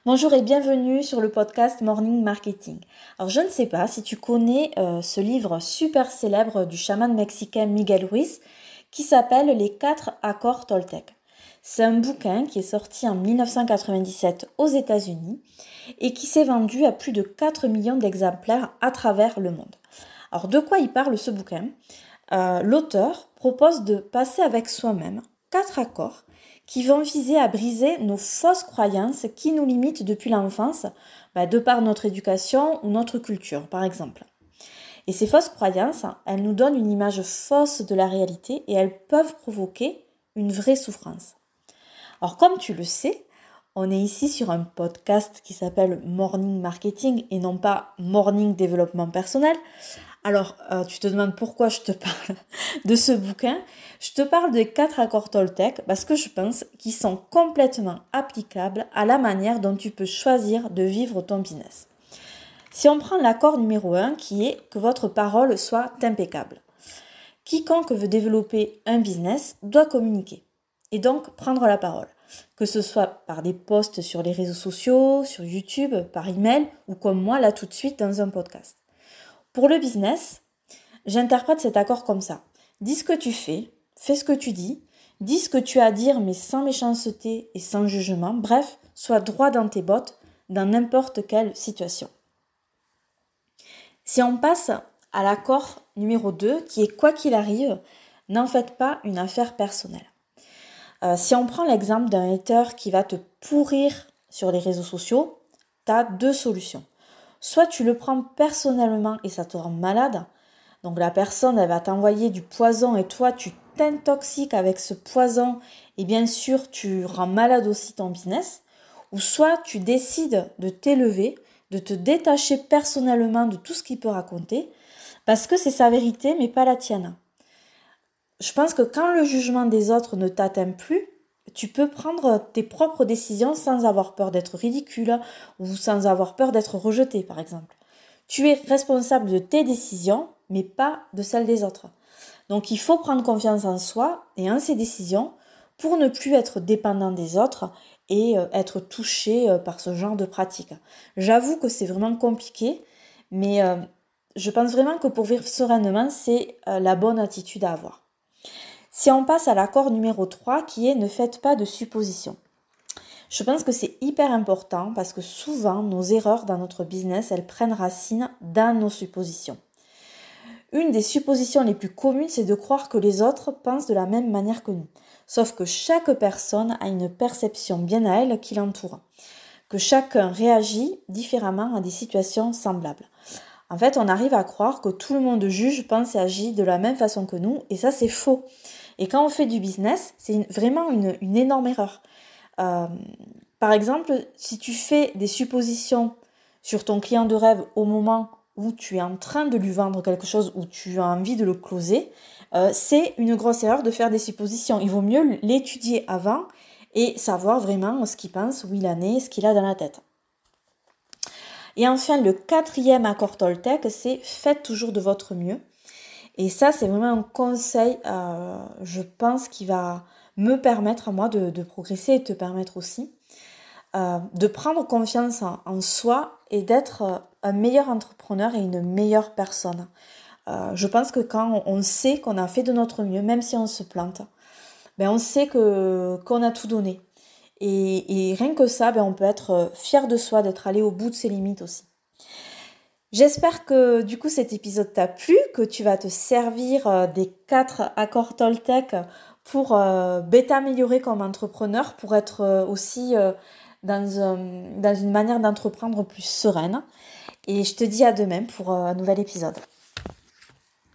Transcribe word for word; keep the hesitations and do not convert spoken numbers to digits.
Bonjour et bienvenue sur le podcast Morning Marketing. Alors je ne sais pas si tu connais euh, ce livre super célèbre du chaman mexicain Miguel Ruiz qui s'appelle Les quatre accords Toltec. C'est un bouquin qui est sorti en dix-neuf cent quatre-vingt-dix-sept aux États-Unis et qui s'est vendu à plus de quatre millions d'exemplaires à travers le monde. Alors de quoi il parle ce bouquin ? euh, L'auteur propose de passer avec soi-même quatre accords qui vont viser à briser nos fausses croyances qui nous limitent depuis l'enfance, bah, de par notre éducation ou notre culture, par exemple. Et ces fausses croyances, elles nous donnent une image fausse de la réalité et elles peuvent provoquer une vraie souffrance. Alors, comme tu le sais, on est ici sur un podcast qui s'appelle Morning Marketing et non pas Morning Développement Personnel. Alors, euh, tu te demandes pourquoi je te parle de ce bouquin. Je te parle des quatre accords Toltec parce que je pense qu'ils sont complètement applicables à la manière dont tu peux choisir de vivre ton business. Si on prend l'accord numéro un qui est que votre parole soit impeccable. Quiconque veut développer un business doit communiquer et donc prendre la parole. Que ce soit par des posts sur les réseaux sociaux, sur YouTube, par email ou comme moi là tout de suite dans un podcast. Pour le business, j'interprète cet accord comme ça. Dis ce que tu fais, fais ce que tu dis, dis ce que tu as à dire mais sans méchanceté et sans jugement. Bref, sois droit dans tes bottes dans n'importe quelle situation. Si on passe à l'accord numéro deux, qui est quoi qu'il arrive, n'en faites pas une affaire personnelle. Euh, si on prend l'exemple d'un hater qui va te pourrir sur les réseaux sociaux, tu as deux solutions. Soit tu le prends personnellement et ça te rend malade. Donc la personne, elle va t'envoyer du poison et toi, tu t'intoxiques avec ce poison et bien sûr, tu rends malade aussi ton business. Ou soit tu décides de t'élever, de te détacher personnellement de tout ce qu'il peut raconter parce que c'est sa vérité mais pas la tienne. Je pense que quand le jugement des autres ne t'atteint plus, tu peux prendre tes propres décisions sans avoir peur d'être ridicule ou sans avoir peur d'être rejeté, par exemple. Tu es responsable de tes décisions, mais pas de celles des autres. Donc il faut prendre confiance en soi et en ses décisions pour ne plus être dépendant des autres et être touché par ce genre de pratique. J'avoue que c'est vraiment compliqué, mais je pense vraiment que pour vivre sereinement, c'est la bonne attitude à avoir. Si on passe à l'accord numéro trois qui est « ne faites pas de suppositions ». Je pense que c'est hyper important parce que souvent nos erreurs dans notre business, elles prennent racine dans nos suppositions. Une des suppositions les plus communes, c'est de croire que les autres pensent de la même manière que nous. Sauf que chaque personne a une perception bien à elle qui l'entoure. Que chacun réagit différemment à des situations semblables. En fait, on arrive à croire que tout le monde juge, pense et agit de la même façon que nous, et ça c'est faux. Et quand on fait du business, c'est une, vraiment une, une énorme erreur. Euh, par exemple, si tu fais des suppositions sur ton client de rêve au moment où tu es en train de lui vendre quelque chose, où tu as envie de le closer, euh, c'est une grosse erreur de faire des suppositions. Il vaut mieux l'étudier avant et savoir vraiment ce qu'il pense, où il en est, ce qu'il a dans la tête. Et enfin, le quatrième accord Toltec, c'est « faites toujours de votre mieux ». Et ça, c'est vraiment un conseil, euh, je pense, qui va me permettre à moi de, de progresser et te permettre aussi euh, de prendre confiance en, en soi et d'être un meilleur entrepreneur et une meilleure personne. Euh, je pense que quand on sait qu'on a fait de notre mieux, même si on se plante, ben on sait que, qu'on a tout donné. Et, et rien que ça, ben on peut être fier de soi, d'être allé au bout de ses limites aussi. J'espère que du coup cet épisode t'a plu, que tu vas te servir des quatre accords Toltec pour euh, t'améliorer comme entrepreneur, pour être aussi euh, dans, un, dans une manière d'entreprendre plus sereine. Et je te dis à demain pour un nouvel épisode.